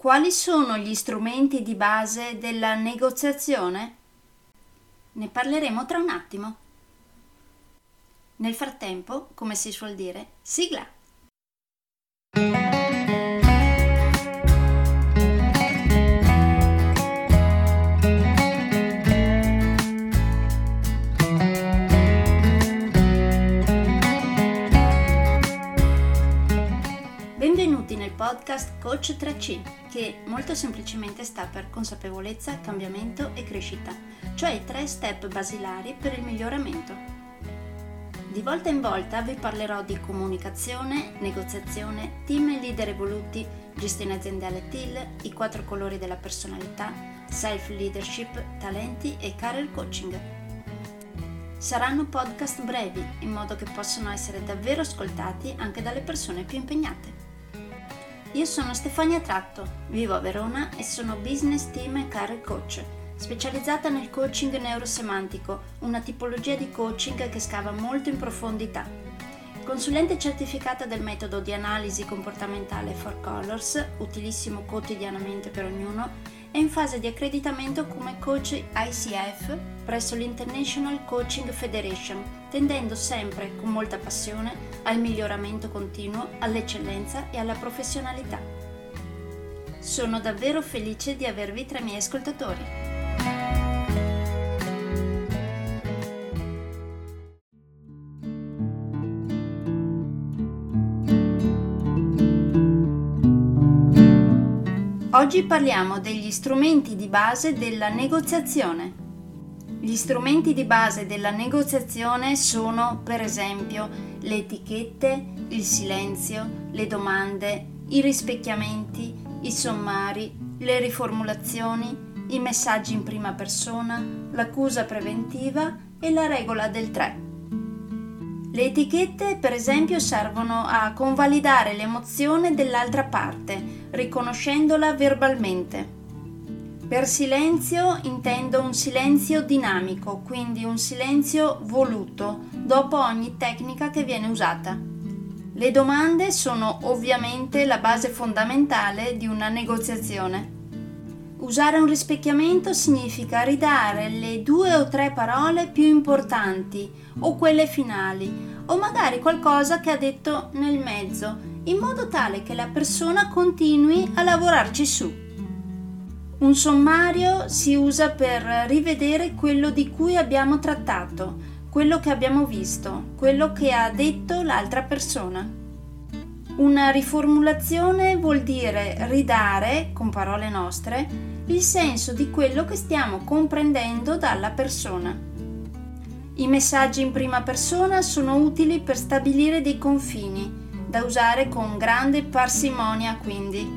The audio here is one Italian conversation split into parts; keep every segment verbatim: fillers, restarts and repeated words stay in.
Quali sono gli strumenti di base della negoziazione? Ne parleremo tra un attimo. Nel frattempo, come si suol dire, sigla! Benvenuti nel podcast Coach tre C, che molto semplicemente sta per consapevolezza, cambiamento e crescita, cioè i tre step basilari per il miglioramento. Di volta in volta vi parlerò di comunicazione, negoziazione, team e leader evoluti, gestione aziendale T I L, i quattro colori della personalità, self-leadership, talenti e career coaching. Saranno podcast brevi, in modo che possano essere davvero ascoltati anche dalle persone più impegnate. Io sono Stefania Tratto, vivo a Verona e sono business team e career coach, specializzata nel coaching neurosemantico, una tipologia di coaching che scava molto in profondità. Consulente certificata del metodo di analisi comportamentale Four Colors, utilissimo quotidianamente per ognuno, è in fase di accreditamento come coach I C F presso l'International Coaching Federation, tendendo sempre con molta passione al miglioramento continuo, all'eccellenza e alla professionalità. Sono davvero felice di avervi tra i miei ascoltatori. Oggi parliamo degli strumenti di base della negoziazione. Gli strumenti di base della negoziazione sono, per esempio, le etichette, il silenzio, le domande, i rispecchiamenti, i sommari, le riformulazioni, i messaggi in prima persona, l'accusa preventiva e la regola del tre. Le etichette, per esempio, servono a convalidare l'emozione dell'altra parte, riconoscendola verbalmente. Per silenzio intendo un silenzio dinamico, quindi un silenzio voluto, dopo ogni tecnica che viene usata. Le domande sono ovviamente la base fondamentale di una negoziazione. Usare un rispecchiamento significa ridare le due o tre parole più importanti o quelle finali, o magari qualcosa che ha detto nel mezzo, in modo tale che la persona continui a lavorarci su. Un sommario si usa per rivedere quello di cui abbiamo trattato, quello che abbiamo visto, quello che ha detto l'altra persona. Una riformulazione vuol dire ridare, con parole nostre, il senso di quello che stiamo comprendendo dalla persona. I messaggi in prima persona sono utili per stabilire dei confini, da usare con grande parsimonia quindi.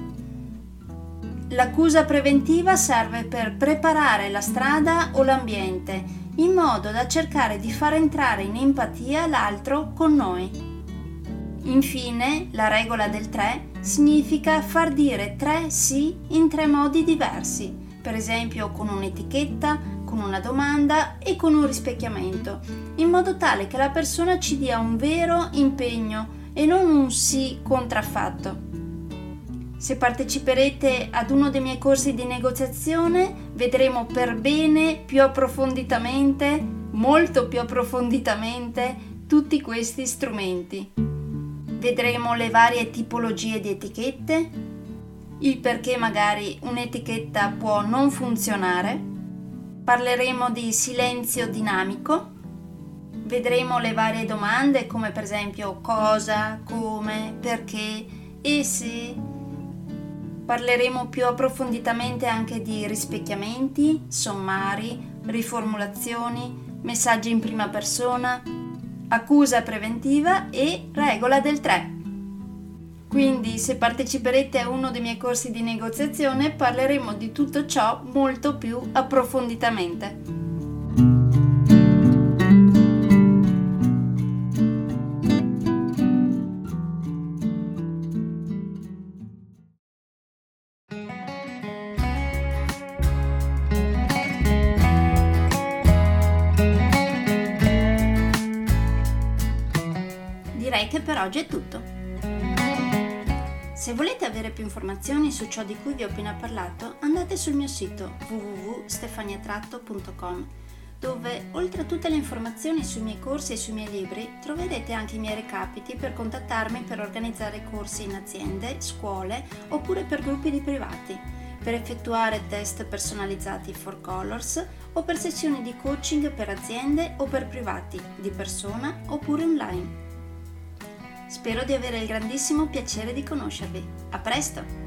L'accusa preventiva serve per preparare la strada o l'ambiente, in modo da cercare di far entrare in empatia l'altro con noi. Infine, la regola del tre significa far dire tre sì in tre modi diversi, per esempio con un'etichetta, con una domanda e con un rispecchiamento, in modo tale che la persona ci dia un vero impegno e non un sì contraffatto. Se parteciperete ad uno dei miei corsi di negoziazione, vedremo per bene, più approfonditamente, molto più approfonditamente, tutti questi strumenti. Vedremo le varie tipologie di etichette, il perché magari un'etichetta può non funzionare, parleremo di silenzio dinamico, vedremo le varie domande come per esempio cosa, come, perché e se. Parleremo più approfonditamente anche di rispecchiamenti, sommari, riformulazioni, messaggi in prima persona, accusa preventiva e regola del tre. Quindi, se parteciperete a uno dei miei corsi di negoziazione, parleremo di tutto ciò molto più approfonditamente. Direi che per oggi è tutto. Se volete avere più informazioni su ciò di cui vi ho appena parlato, andate sul mio sito w w w punto stefania tratto punto com, dove, oltre a tutte le informazioni sui miei corsi e sui miei libri, troverete anche i miei recapiti per contattarmi per organizzare corsi in aziende, scuole oppure per gruppi di privati, per effettuare test personalizzati for Colors o per sessioni di coaching per aziende o per privati, di persona oppure online. Spero di avere il grandissimo piacere di conoscervi. A presto!